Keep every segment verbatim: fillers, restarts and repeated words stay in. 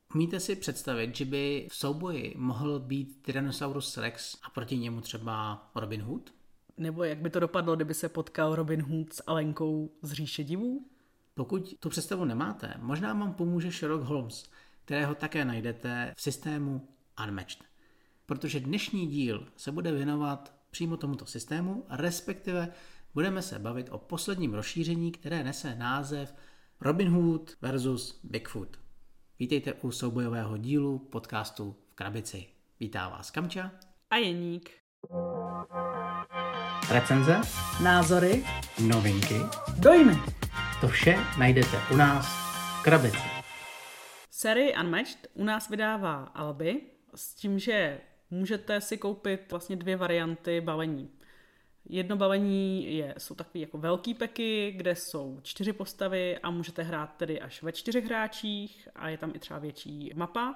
Umíte si představit, že by v souboji mohl být Tyrannosaurus Rex a proti němu třeba Robin Hood? Nebo jak by to dopadlo, kdyby se potkal Robin Hood s Alenkou z Říše divů? Pokud tu představu nemáte, možná vám pomůže Sherlock Holmes, kterého také najdete v systému Unmatched. Protože dnešní díl se bude věnovat přímo tomuto systému, respektive budeme se bavit o posledním rozšíření, které nese název Robin Hood versus Bigfoot. Vítejte u soubojového dílu podcastu V krabici. Vítá vás Kamča a Jeník. Recenze, názory, novinky, dojmy. To vše najdete u nás v krabici. Sérii Unmatched u nás vydává Albi s tím, že můžete si koupit vlastně dvě varianty balení. Jedno balení je, jsou takový jako velký peky, kde jsou čtyři postavy a můžete hrát tedy až ve čtyřech hráčích a je tam i třeba větší mapa.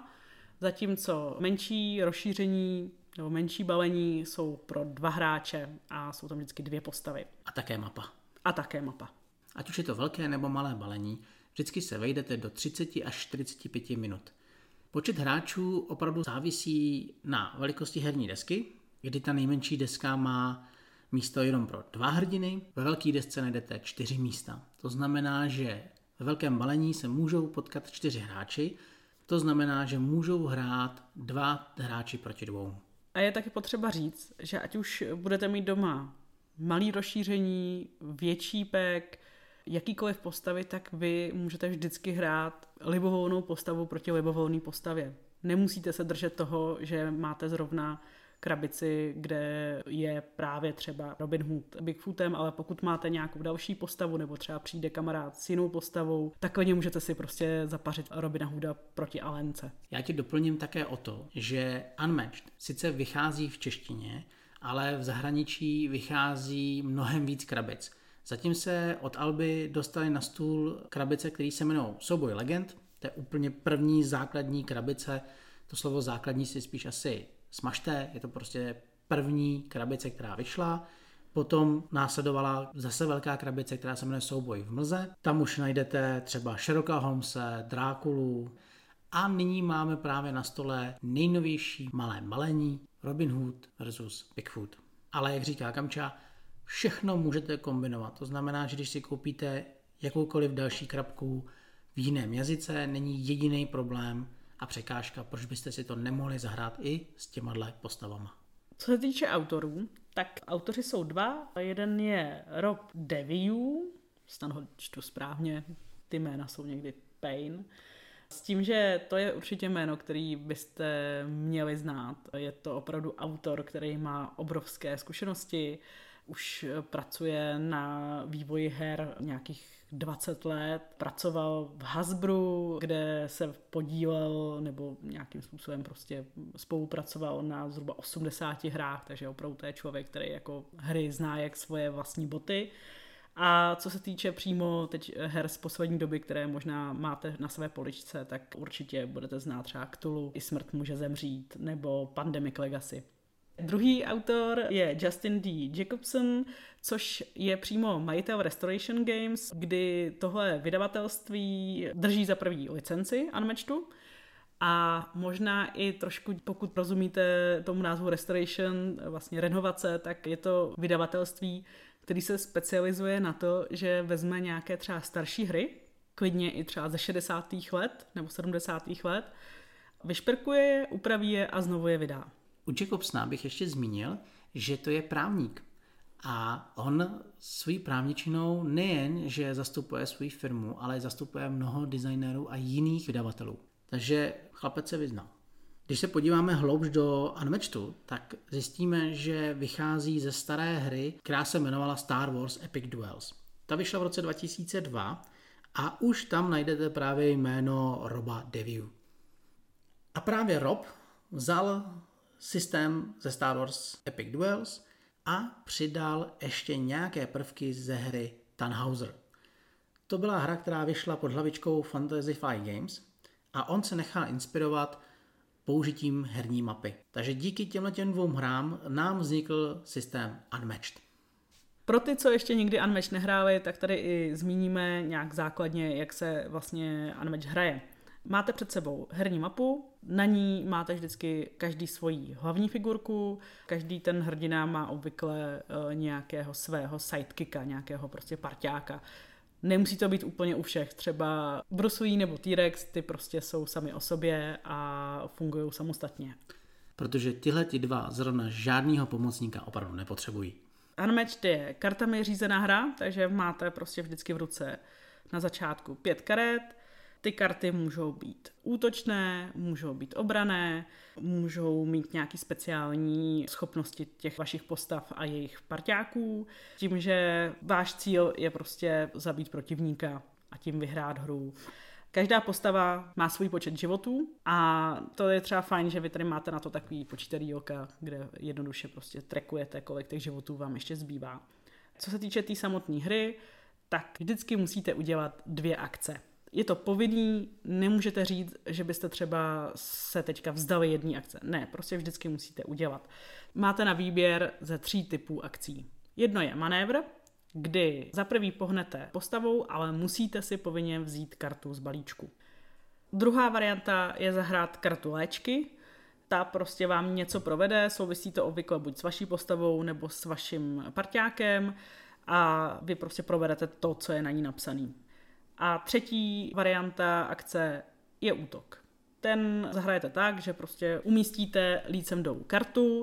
Zatímco menší rozšíření nebo menší balení jsou pro dva hráče a jsou tam vždycky dvě postavy. A také mapa. A také mapa. Ať už je to velké nebo malé balení, vždycky se vejdete do třicet až čtyřicet pět minut. Počet hráčů opravdu závisí na velikosti herní desky, kdy ta nejmenší deska má místo jenom pro dva hrdiny, ve velké desce najdete čtyři místa. To znamená, že ve velkém balení se můžou potkat čtyři hráči, to znamená, že můžou hrát dva hráči proti dvou. A je taky potřeba říct, že ať už budete mít doma malý rozšíření, větší pek, jakýkoliv postavy, tak vy můžete vždycky hrát libovolnou postavu proti libovolné postavě. Nemusíte se držet toho, že máte zrovna krabici, kde je právě třeba Robin Hood Bigfootem, ale pokud máte nějakou další postavu nebo třeba přijde kamarád s jinou postavou, tak klidně můžete si prostě zapařit Robina Hooda proti Alence. Já ti doplním také o to, že Unmatched sice vychází v češtině, ale v zahraničí vychází mnohem víc krabic. Zatím se od Alby dostali na stůl krabice, které se jmenují Souboj legend. To je úplně první základní krabice. To slovo základní si spíš asi smažte. Je to prostě první krabice, která vyšla. Potom následovala zase velká krabice, která se jmenuje Souboj v mlze. Tam už najdete třeba Sherlocka Holmese, Drákulu. A nyní máme právě na stole nejnovější malé balení Robin Hood versus Bigfoot. Ale jak říká Kamča, všechno můžete kombinovat. To znamená, že když si koupíte jakoukoliv další krabku v jiném jazyce, není jediný problém a překážka, proč byste si to nemohli zahrát i s těmahle postavama. Co se týče autorů, tak autoři jsou dva. Jeden je Rob Daviau, snad ho čtu správně, ty jména jsou někdy pain. S tím, že to je určitě jméno, který byste měli znát. Je to opravdu autor, který má obrovské zkušenosti, už pracuje na vývoji her nějakých dvacet let, pracoval v Hasbru, kde se podílel nebo nějakým způsobem prostě spolupracoval na zhruba osmdesáti hrách, takže opravdu to je člověk, který jako hry zná jak svoje vlastní boty. A co se týče přímo teď her z poslední doby, které možná máte na své poličce, tak určitě budete znát třeba Cthulhu, I smrt může zemřít, nebo Pandemic Legacy. Druhý autor je Justin D. Jacobson, což je přímo majitel Restoration Games, kdy tohle vydavatelství drží za první licenci Unmatchedu a možná i trošku, pokud rozumíte tomu názvu Restoration, vlastně renovace, tak je to vydavatelství, který se specializuje na to, že vezme nějaké třeba starší hry, klidně i třeba ze šedesátých let nebo sedmdesátých let, vyšperkuje je, upraví je a znovu je vydá. U Jacobsona bych ještě zmínil, že to je právník a on svou právničinou nejen, že zastupuje svou firmu, ale zastupuje mnoho designérů a jiných vydavatelů. Takže chlapec se vyznal. Když se podíváme hloubš do Unmatchedu, tak zjistíme, že vychází ze staré hry, která se jmenovala Star Wars Epic Duels. Ta vyšla v roce dva tisíce dva a už tam najdete právě jméno Roba Daviau. A právě Rob vzal systém ze Star Wars Epic Duels a přidal ještě nějaké prvky ze hry Tannhauser. To byla hra, která vyšla pod hlavičkou Fantasy Flight Games a on se nechal inspirovat použitím herní mapy. Takže díky těmhletěm dvou hrám nám vznikl systém Unmatched. Pro ty, co ještě nikdy Unmatched nehráli, tak tady i zmíníme nějak základně, jak se vlastně Unmatched hraje. Máte před sebou herní mapu, na ní máte vždycky každý svoji hlavní figurku, každý ten hrdina má obvykle e, nějakého svého sidekicka, nějakého prostě parťáka. Nemusí to být úplně u všech, třeba Bruce Lee nebo T-Rex, ty prostě jsou sami o sobě a fungují samostatně. Protože tyhle ty dva zrovna žádnýho pomocníka opravdu nepotřebují. Unmatched je kartami řízená hra, takže máte prostě vždycky v ruce na začátku pět karet. Ty karty můžou být útočné, můžou být obranné, můžou mít nějaké speciální schopnosti těch vašich postav a jejich parťáků. Tím, že váš cíl je prostě zabít protivníka a tím vyhrát hru. Každá postava má svůj počet životů a to je třeba fajn, že vy tady máte na to takový počítaný oka, kde jednoduše prostě trackujete, kolik těch životů vám ještě zbývá. Co se týče té tý samotné hry, tak vždycky musíte udělat dvě akce. Je to povinný, nemůžete říct, že byste třeba se teďka vzdali jedné akce. Ne, prostě vždycky musíte udělat. Máte na výběr ze tří typů akcí. Jedno je manévr, kdy za prvý pohnete postavou, ale musíte si povinně vzít kartu z balíčku. Druhá varianta je zahrát kartu léčky. Ta prostě vám něco provede, souvisí to obvykle buď s vaší postavou nebo s vaším parťákem a vy prostě provedete to, co je na ní napsaný. A třetí varianta akce je útok. Ten zahrajete tak, že prostě umístíte lícem dolů kartu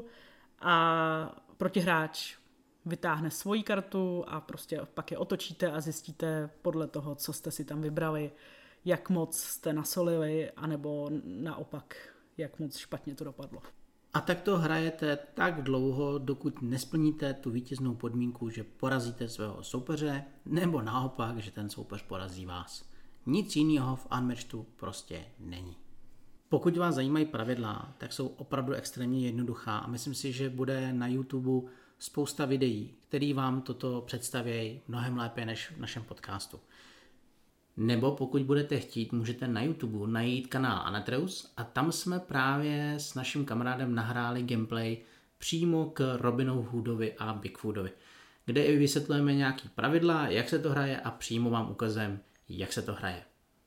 a protihráč vytáhne svoji kartu a prostě pak je otočíte a zjistíte podle toho, co jste si tam vybrali, jak moc jste nasolili, anebo naopak, jak moc špatně to dopadlo. A tak to hrajete tak dlouho, dokud nesplníte tu vítěznou podmínku, že porazíte svého soupeře, nebo naopak, že ten soupeř porazí vás. Nic jiného v Unmatchedu prostě není. Pokud vás zajímají pravidla, tak jsou opravdu extrémně jednoduchá a myslím si, že bude na YouTube spousta videí, které vám toto představí mnohem lépe než v našem podcastu. Nebo pokud budete chtít, můžete na YouTube najít kanál Anatreus a tam jsme právě s naším kamarádem nahráli gameplay přímo k Robinu Hoodovi a Bigfootovi, kde i vysvětlujeme nějaký pravidla, jak se to hraje a přímo vám ukazujeme, jak se to hraje.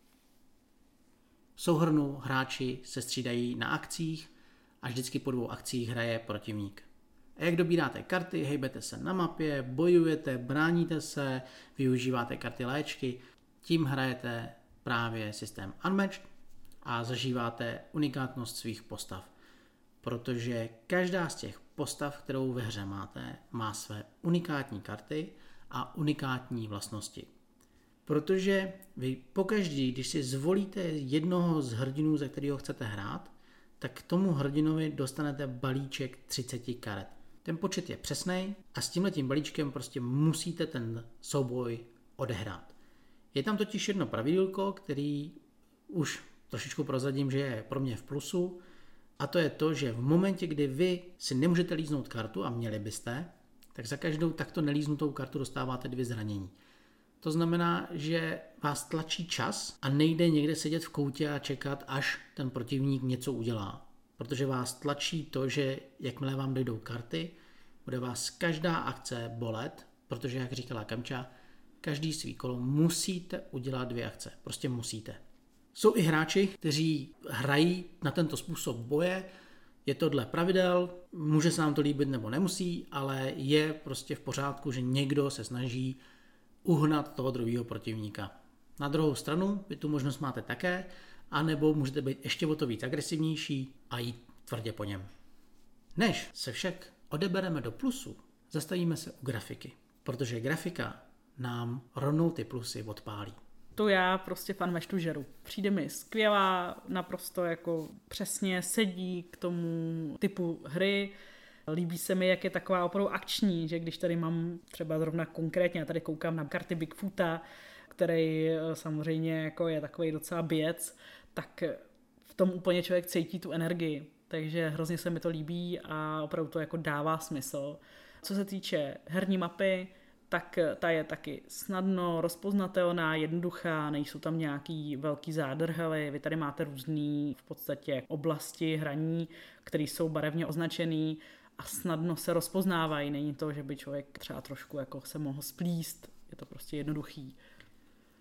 V souhrnu hráči se střídají na akcích a vždycky po dvou akcích hraje protivník. A jak dobíráte karty, hejbete se na mapě, bojujete, bráníte se, využíváte karty léčky, tím hrajete právě systém Unmatched a zažíváte unikátnost svých postav. Protože každá z těch postav, kterou ve hře máte, má své unikátní karty a unikátní vlastnosti. Protože vy pokaždý, když si zvolíte jednoho z hrdinů, ze kterého chcete hrát, tak k tomu hrdinovi dostanete balíček třicet karet. Ten počet je přesný a s tímhletím balíčkem prostě musíte ten souboj odehrát. Je tam totiž jedno pravidlko, který už trošičku prozradím, že je pro mě v plusu, a to je to, že v momentě, kdy vy si nemůžete líznout kartu a měli byste, tak za každou takto nelíznutou kartu dostáváte dvě zranění. To znamená, že vás tlačí čas a nejde někde sedět v koutě a čekat, až ten protivník něco udělá. Protože vás tlačí to, že jakmile vám dojdou karty, bude vás každá akce bolet, protože, jak říkala Kamča, každý svý kolo musíte udělat dvě akce. Prostě musíte. Jsou i hráči, kteří hrají na tento způsob boje. Je to dle pravidel, může se nám to líbit nebo nemusí, ale je prostě v pořádku, že někdo se snaží uhnat toho druhého protivníka. Na druhou stranu vy tu možnost máte také, anebo můžete být ještě o to víc agresivnější a jít tvrdě po něm. Než se však odebereme do plusu, zastavíme se u grafiky, protože grafika nám rovnou ty plusy odpálí. To já prostě v Unmatchedu žeru. Přijde mi skvělá, naprosto jako přesně sedí k tomu typu hry. Líbí se mi, jak je taková opravdu akční, že když tady mám třeba zrovna konkrétně, já tady koukám na karty Bigfoota, který samozřejmě jako je takový docela běc, tak v tom úplně člověk cítí tu energii. Takže hrozně se mi to líbí a opravdu to jako dává smysl. Co se týče herní mapy, tak ta je taky snadno rozpoznatelná, jednoduchá, nejsou tam nějaký velký zádrhely, vy tady máte různý v podstatě oblasti hraní, které jsou barevně označený a snadno se rozpoznávají, není to, že by člověk třeba trošku jako se mohl splíst, je to prostě jednoduchý.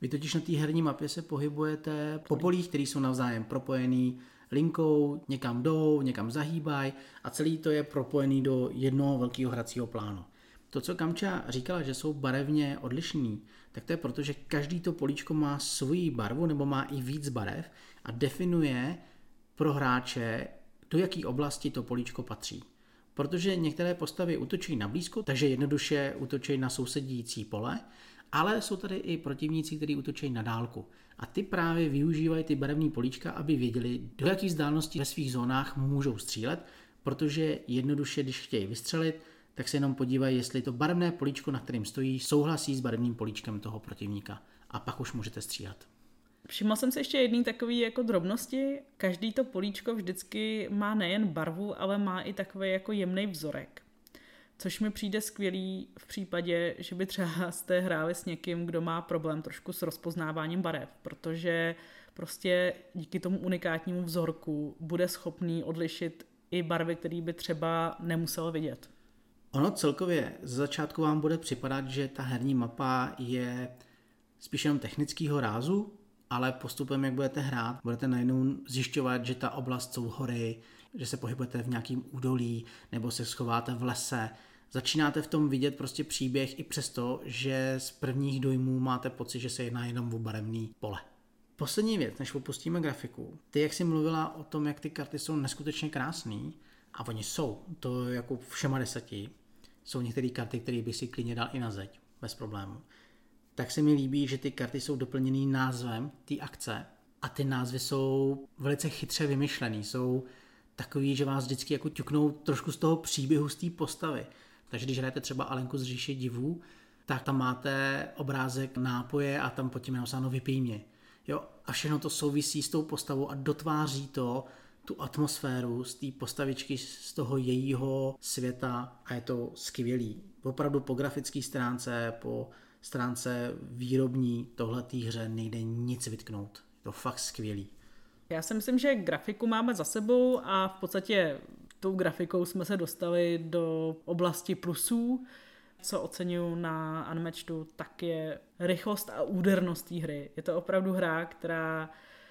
Vy totiž na té herní mapě se pohybujete po polích, které jsou navzájem propojený linkou, někam jdou, někam zahýbají a celý to je propojený do jednoho velkého hracího plánu. To, co Kamča říkala, že jsou barevně odlišný, tak to je proto, že každý to políčko má svoji barvu nebo má i víc barev a definuje pro hráče, do jaký oblasti to políčko patří. Protože některé postavy útočí na blízko, takže jednoduše útočí na sousedící pole, ale jsou tady i protivníci, kteří útočí na dálku. A ty právě využívají ty barevné políčka, aby věděli, do jakých vzdáleností ve svých zónách můžou střílet, protože jednoduše, když chtějí vystřelit, tak se jenom podívají, jestli to barevné políčko, na kterém stojí, souhlasí s barevným políčkem toho protivníka. A pak už můžete střílet. Všimla jsem si ještě jedný takový jako drobnosti. Každý to políčko vždycky má nejen barvu, ale má i takový jako jemný vzorek. Což mi přijde skvělý v případě, že by třeba jste hráli s někým, kdo má problém trošku s rozpoznáváním barev, protože prostě díky tomu unikátnímu vzorku bude schopný odlišit i barvy, které by třeba nemusel vidět. Ono celkově z začátku vám bude připadat, že ta herní mapa je spíš jenom technického rázu, ale postupem, jak budete hrát, budete najednou zjišťovat, že ta oblast jsou hory, že se pohybujete v nějakém údolí nebo se schováte v lese. Začínáte v tom vidět prostě příběh i přesto, že z prvních dojmů máte pocit, že se jedná jenom o barevný pole. Poslední věc, než opustíme grafiku. Ty, jak jsi mluvila o tom, jak ty karty jsou neskutečně krásný, a oni jsou, to jako všema deseti, jsou některé karty, které by si klidně dal i na zeď, bez problému. Tak se mi líbí, že ty karty jsou doplněný názvem té akce a ty názvy jsou velice chytře vymyšlený, jsou takový, že vás vždycky jako ťuknou trošku z toho příběhu, z té postavy. Takže když hrajete třeba Alenku z říše divů, tak tam máte obrázek nápoje a tam pod tím je napsáno vypij mě. Jo? A všechno to souvisí s tou postavou a dotváří to tu atmosféru z té postavičky, z toho jejího světa a je to skvělý. Opravdu po grafické stránce, po stránce výrobní tohletý hře nejde nic vytknout. Je to fakt skvělý. Já si myslím, že grafiku máme za sebou a v podstatě tou grafikou jsme se dostali do oblasti plusů. Co oceňuji na Unmatchedu, tak je rychlost a údernost té hry. Je to opravdu hra, která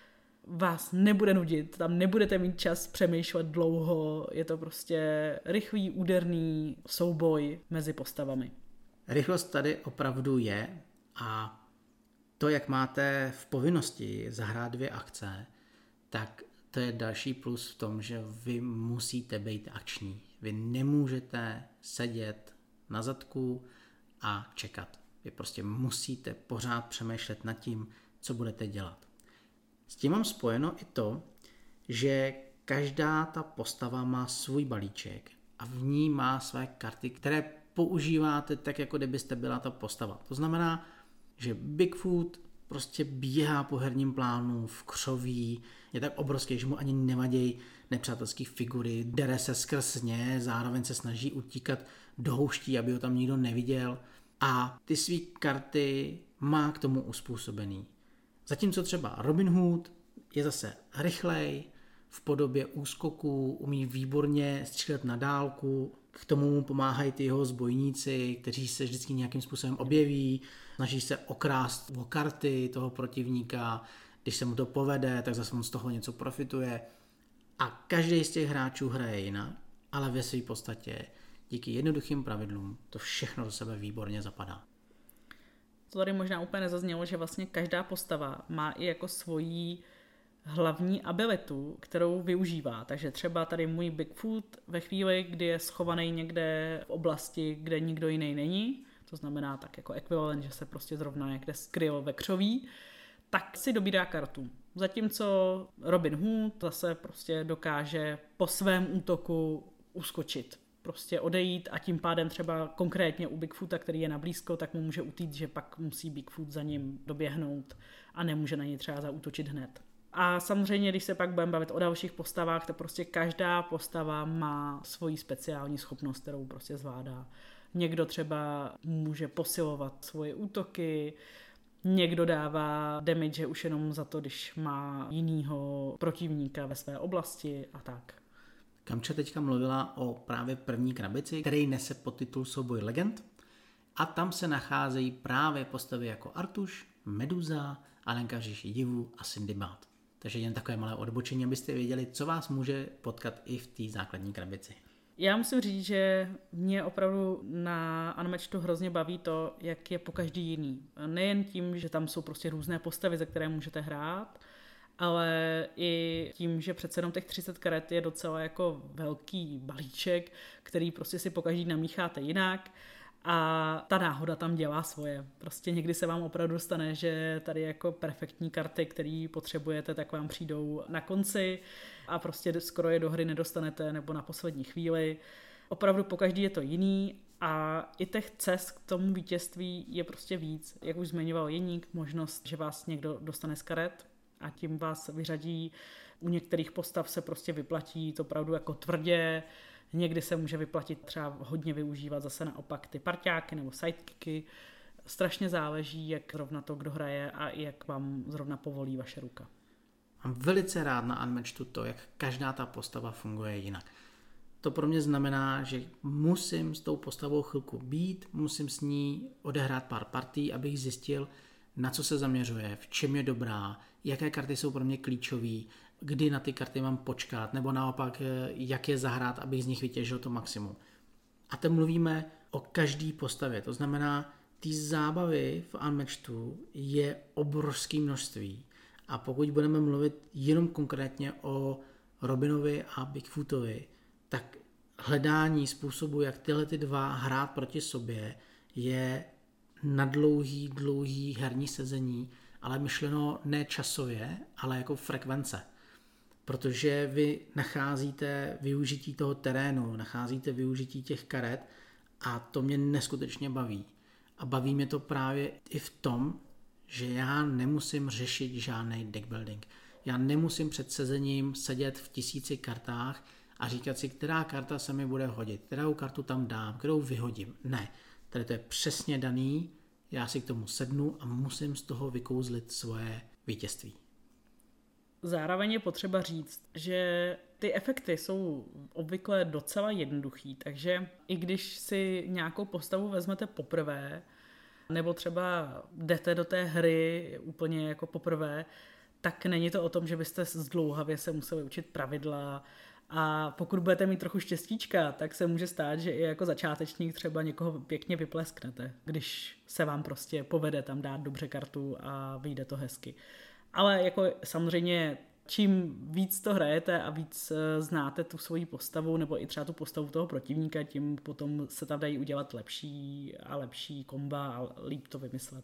vás nebude nudit, tam nebudete mít čas přemýšlet dlouho, je to prostě rychlý, úderný souboj mezi postavami. Rychlost tady opravdu je a to, jak máte v povinnosti zahrát dvě akce, tak to je další plus v tom, že vy musíte být akční. Vy nemůžete sedět na zadku a čekat. Vy prostě musíte pořád přemýšlet nad tím, co budete dělat. S tím mám spojeno i to, že každá ta postava má svůj balíček a v ní má své karty, které používáte tak, jako kdybyste byla ta postava. To znamená, že Bigfoot prostě běhá po herním plánu v křoví, je tak obrovský, že mu ani nevadějí nepřátelské figury, dere se skrz ně, zároveň se snaží utíkat do houští, aby ho tam nikdo neviděl a ty svý karty má k tomu uspůsobený. Zatímco třeba Robin Hood je zase rychlej, v podobě úskoků, umí výborně střílet na dálku, k tomu mu pomáhají ty jeho zbojníci, kteří se vždycky nějakým způsobem objeví, snaží se okrást o karty toho protivníka, když se mu to povede, tak zase on z toho něco profituje. A každý z těch hráčů hraje jinak, ale ve své podstatě díky jednoduchým pravidlům to všechno do sebe výborně zapadá. To tady možná úplně nezaznělo, že vlastně každá postava má i jako svoji hlavní abilitu, kterou využívá. Takže třeba tady můj Bigfoot ve chvíli, kdy je schovaný někde v oblasti, kde nikdo jiný není, to znamená tak jako ekvivalent, že se prostě zrovna někde skryl ve křoví, tak si dobírá kartu. Zatímco Robin Hood zase prostě dokáže po svém útoku uskočit, prostě odejít a tím pádem třeba konkrétně u Bigfoota, který je na blízko, tak mu může utíct, že pak musí Bigfoot za ním doběhnout a nemůže na něj třeba zaútočit hned. A samozřejmě, když se pak budeme bavit o dalších postavách, tak prostě každá postava má svoji speciální schopnost, kterou prostě zvládá. Někdo třeba může posilovat svoje útoky, někdo dává damage už jenom za to, když má jinýho protivníka ve své oblasti a tak. Kamča teďka mluvila o právě první krabici, který nese podtitul Souboj legend. A tam se nacházejí právě postavy jako Artuš, Meduza, Alenka v říši divů a Sindbad. Takže jen takové malé odbočení, abyste věděli, co vás může potkat i v té základní krabici. Já musím říct, že mě opravdu na Unmatchedu hrozně baví to, jak je pokaždý jiný. Nejen tím, že tam jsou prostě různé postavy, za které můžete hrát, ale i tím, že přece jenom těch třicet karet je docela jako velký balíček, který prostě si pokaždý namícháte jinak a ta náhoda tam dělá svoje. Prostě někdy se vám opravdu stane, že tady jako perfektní karty, které potřebujete, tak vám přijdou na konci a prostě skoro je do hry nedostanete nebo na poslední chvíli. Opravdu pokaždý je to jiný a i těch cest k tomu vítězství je prostě víc. Jak už zmiňoval Jeník, možnost, že vás někdo dostane z karet a tím vás vyřadí. U některých postav se prostě vyplatí to opravdu jako tvrdě, někdy se může vyplatit třeba hodně využívat zase naopak ty parťáky nebo sidekicky. Strašně záleží, jak zrovna to, kdo hraje a i jak vám zrovna povolí vaše ruka. Mám velice rád na Unmatchedu to, jak každá ta postava funguje jinak. To pro mě znamená, že musím s tou postavou chvilku být, musím s ní odehrát pár partí, abych zjistil, na co se zaměřuje, v čem je dobrá, jaké karty jsou pro mě klíčové, kdy na ty karty mám počkat, nebo naopak, jak je zahrát, abych z nich vytěžil to maximum. A teď mluvíme o každé postavě, to znamená, ty zábavy v Unmatchedu je obrovské množství. A pokud budeme mluvit jenom konkrétně o Robinovi a Bigfootovi, tak hledání způsobu, jak tyhle ty dva hrát proti sobě, je na dlouhý, dlouhý herní sezení, ale myšleno ne časově, ale jako frekvence. Protože vy nacházíte využití toho terénu, nacházíte využití těch karet a to mě neskutečně baví. A baví mě to právě i v tom, že já nemusím řešit žádný deckbuilding. Já nemusím před sezením sedět v tisíci kartách a říkat si, která karta se mi bude hodit, kterou kartu tam dám, kterou vyhodím. Ne, tady to je přesně daný, já si k tomu sednu a musím z toho vykouzlit svoje vítězství. Zároveň je potřeba říct, že ty efekty jsou obvykle docela jednoduchý, takže i když si nějakou postavu vezmete poprvé, nebo třeba jdete do té hry úplně jako poprvé, tak není to o tom, že byste zdlouhavě se museli učit pravidla a pokud budete mít trochu štěstíčka, tak se může stát, že i jako začátečník třeba někoho pěkně vyplesknete, když se vám prostě povede tam dát dobře kartu a vyjde to hezky. Ale jako samozřejmě čím víc to hrajete a víc znáte tu svoji postavu nebo i třeba tu postavu toho protivníka, tím potom se tam dají udělat lepší a lepší komba a líp to vymyslet.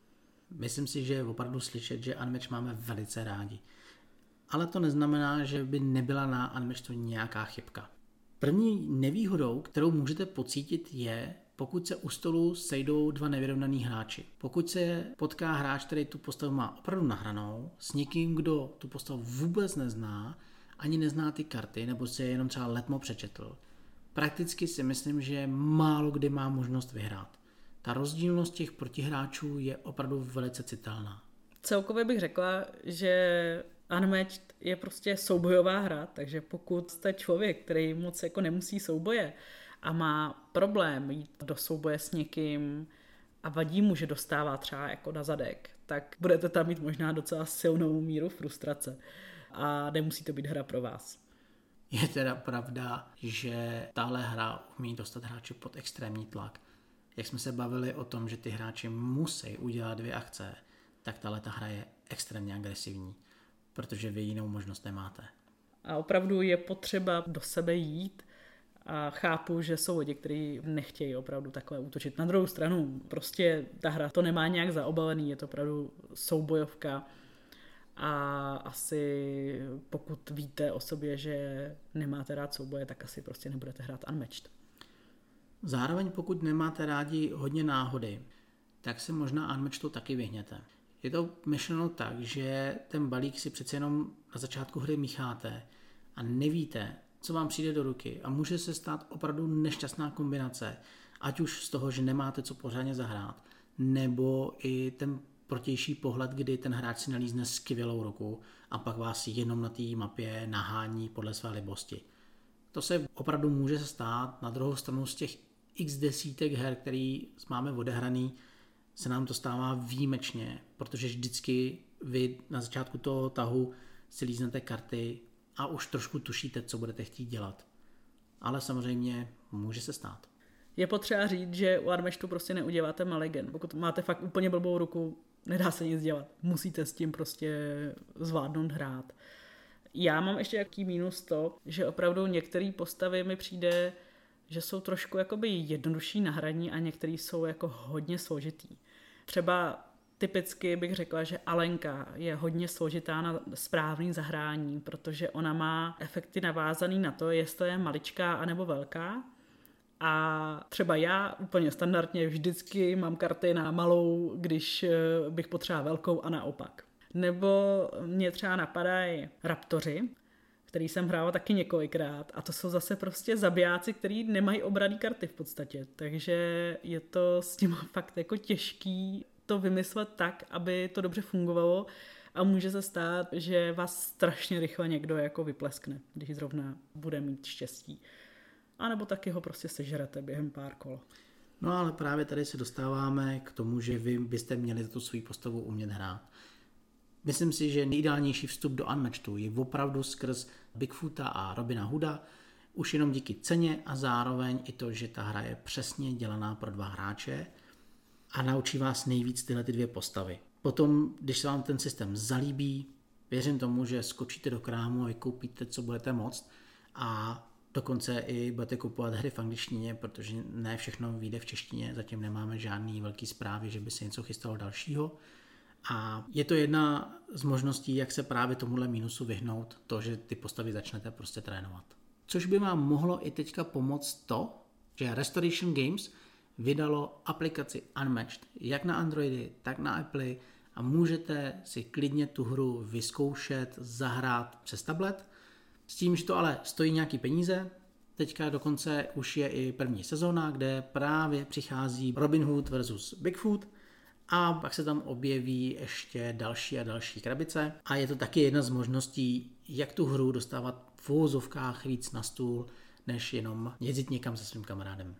Myslím si, že je opravdu slyšet, že Unmatched máme velice rádi. Ale to neznamená, že by nebyla na Unmatchedu nějaká chybka. První nevýhodou, kterou můžete pocítit, je, pokud se u stolu sejdou dva nevyrovnaný hráči. Pokud se potká hráč, který tu postavu má opravdu nahranou, s někým, kdo tu postavu vůbec nezná, ani nezná ty karty, nebo si je jenom třeba letmo přečetl, prakticky si myslím, že málo kdy má možnost vyhrát. Ta rozdílnost těch protihráčů je opravdu velice citelná. Celkově bych řekla, že Unmatched je prostě soubojová hra, takže pokud jste člověk, který moc jako nemusí souboje a má problém jít do souboje s někým a vadí mu, že dostává třeba jako na zadek, tak budete tam mít možná docela silnou míru frustrace a nemusí to být hra pro vás. Je teda pravda, že tahle hra umí dostat hráče pod extrémní tlak. Jak jsme se bavili o tom, že ty hráči musí udělat dvě akce, tak tahle ta hra je extrémně agresivní, protože vy jinou možnost nemáte. A opravdu je potřeba do sebe jít a chápu, že jsou lidi, kteří nechtějí opravdu takhle útočit. Na druhou stranu, prostě ta hra to nemá nějak zaobalený, je to opravdu soubojovka a asi pokud víte o sobě, že nemáte rád souboje, tak asi prostě nebudete hrát Unmatched. Zároveň pokud nemáte rádi hodně náhody, tak se možná Unmatchedu taky vyhněte. Je to myšleno tak, že ten balík si přece jenom na začátku hry mícháte a nevíte, co vám přijde do ruky a může se stát opravdu nešťastná kombinace, ať už z toho, že nemáte co pořádně zahrát, nebo i ten protější pohled, kdy ten hráč si nalízne skvělou ruku a pak vás jenom na té mapě nahání podle své libosti. To se opravdu může stát, na druhou stranu z těch x desítek her, který máme odehraný, se nám to stává výjimečně, protože vždycky vy na začátku toho tahu si líznete karty a už trošku tušíte, co budete chtít dělat. Ale samozřejmě může se stát. Je potřeba říct, že u Unmatchedu prostě neuděláte mulligan. Pokud máte fakt úplně blbou ruku, nedá se nic dělat. Musíte s tím prostě zvládnout hrát. Já mám ještě jaký mínus to, že opravdu některé postavy mi přijde, že jsou trošku jakoby jednodušší na hraní a některé jsou jako hodně složitý. Třeba typicky bych řekla, že Alenka je hodně složitá na správný zahrání, protože ona má efekty navázaný na to, jestli je maličká anebo velká. A třeba já úplně standardně vždycky mám karty na malou, když bych potřebovala velkou a naopak. Nebo mě třeba napadají raptoři, který jsem hrála taky několikrát a to jsou zase prostě zabijáci, který nemají obranné karty v podstatě, takže je to s tím fakt jako těžký to vymyslet tak, aby to dobře fungovalo a může se stát, že vás strašně rychle někdo jako vypleskne, když zrovna bude mít štěstí. A nebo taky ho prostě sežerete během pár kol. No ale právě tady se dostáváme k tomu, že vy byste měli za tu svou postavu umět hrát. Myslím si, že nejideálnější vstup do Unmatchedu je opravdu skrz Bigfoota a Robina Hooda, už jenom díky ceně a zároveň i to, že ta hra je přesně dělaná pro dva hráče a naučí vás nejvíc tyhle ty dvě postavy. Potom, když se vám ten systém zalíbí, věřím tomu, že skočíte do krámu a vykoupíte, co budete moct a dokonce i budete kupovat hry v angličtině, protože ne všechno vyjde v češtině, zatím nemáme žádný velký zprávy, že by se něco chystalo dalšího. A je to jedna z možností, jak se právě tomuhle mínusu vyhnout, to, že ty postavy začnete prostě trénovat. Což by vám mohlo i teďka pomoct to, že Restoration Games vydalo aplikaci Unmatched jak na Androidy, tak na Apple a můžete si klidně tu hru vyzkoušet, zahrát přes tablet. S tím, že to ale stojí nějaký peníze, teďka dokonce už je i první sezóna, kde právě přichází Robin Hood versus Bigfoot a pak se tam objeví ještě další a další krabice a je to taky jedna z možností, jak tu hru dostávat v uvozovkách víc na stůl, než jenom jezdit někam se svým kamarádem.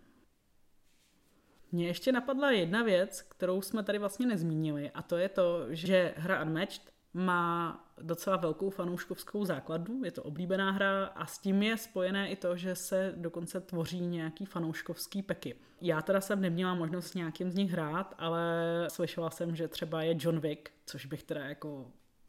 Mně ještě napadla jedna věc, kterou jsme tady vlastně nezmínili a to je to, že hra Unmatched má docela velkou fanouškovskou základnu, je to oblíbená hra a s tím je spojené i to, že se dokonce tvoří nějaký fanouškovský peky. Já teda jsem neměla možnost s nějakým z nich hrát, ale slyšela jsem, že třeba je John Wick, což bych teda jako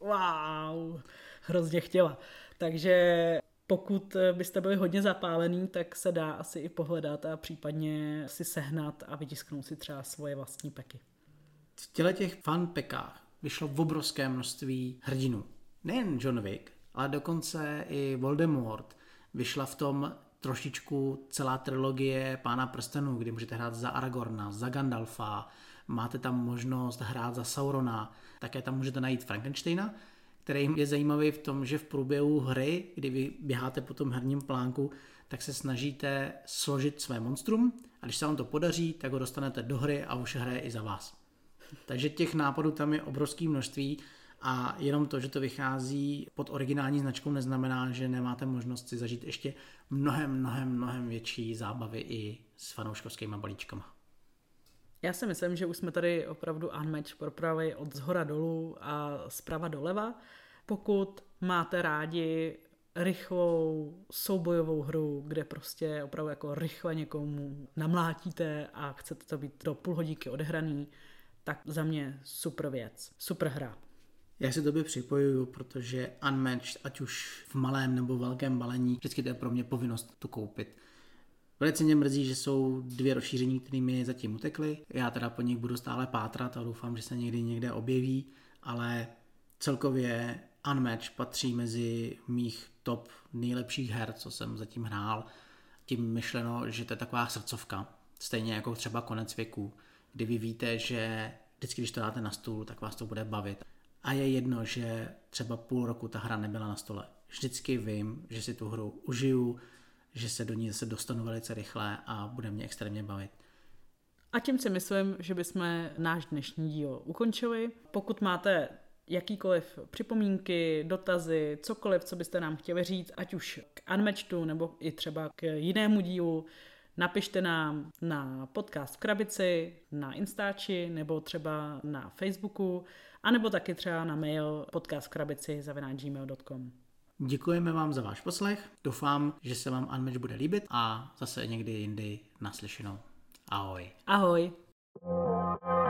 wow, hrozně chtěla. Takže pokud byste byli hodně zapálení, tak se dá asi i pohledat a případně si sehnat a vytisknout si třeba svoje vlastní peky. V těle těch fan pekách vyšlo v obrovské množství hrdinů. Nejen John Wick, ale dokonce i Voldemort. Vyšla v tom trošičku celá trilogie Pána prstenů, kdy můžete hrát za Aragorna, za Gandalfa, máte tam možnost hrát za Saurona, také tam můžete najít Frankensteina, který je zajímavý v tom, že v průběhu hry, kdy vy běháte po tom herním plánku, tak se snažíte složit své monstrum a když se vám to podaří, tak ho dostanete do hry a už hraje i za vás. Takže těch nápadů tam je obrovské množství a jenom to, že to vychází pod originální značkou, neznamená, že nemáte možnost si zažít ještě mnohem, mnohem, mnohem větší zábavy i s fanouškovskýma balíčkama. Já si myslím, že už jsme tady opravdu Unmatched propravili od zhora dolů a zprava doleva. Pokud máte rádi rychlou soubojovou hru, kde prostě opravdu jako rychle někomu namlátíte a chcete to být do půl hodinky odehraný, tak za mě super věc, super hra. Já se tobě připojuju, protože Unmatched, ať už v malém nebo velkém balení, vždycky to je pro mě povinnost tu koupit. Velice mě mrzí, že jsou dvě rozšíření, které mi zatím utekly. Já teda po nich budu stále pátrat a doufám, že se někdy někde objeví, ale celkově Unmatched patří mezi mých top nejlepších her, co jsem zatím hrál. Tím myšleno, že to je taková srdcovka, stejně jako třeba Konec věku, kdy vy víte, že vždycky, když to dáte na stůl, tak vás to bude bavit. A je jedno, že třeba půl roku ta hra nebyla na stole. Vždycky vím, že si tu hru užiju, že se do ní zase dostanu velice rychle a bude mě extrémně bavit. A tím si myslím, že bychom náš dnešní díl ukončili. Pokud máte jakýkoliv připomínky, dotazy, cokoliv, co byste nám chtěli říct, ať už k Unmatchedu nebo i třeba k jinému dílu, napište nám na podcast v krabici, na Instači nebo třeba na Facebooku, anebo taky třeba na mail podcast v krabici zavináč gmail tečka com. Děkujeme vám za váš poslech, doufám, že se vám Unmatched bude líbit a zase někdy jindy naslyšenou. Ahoj. Ahoj.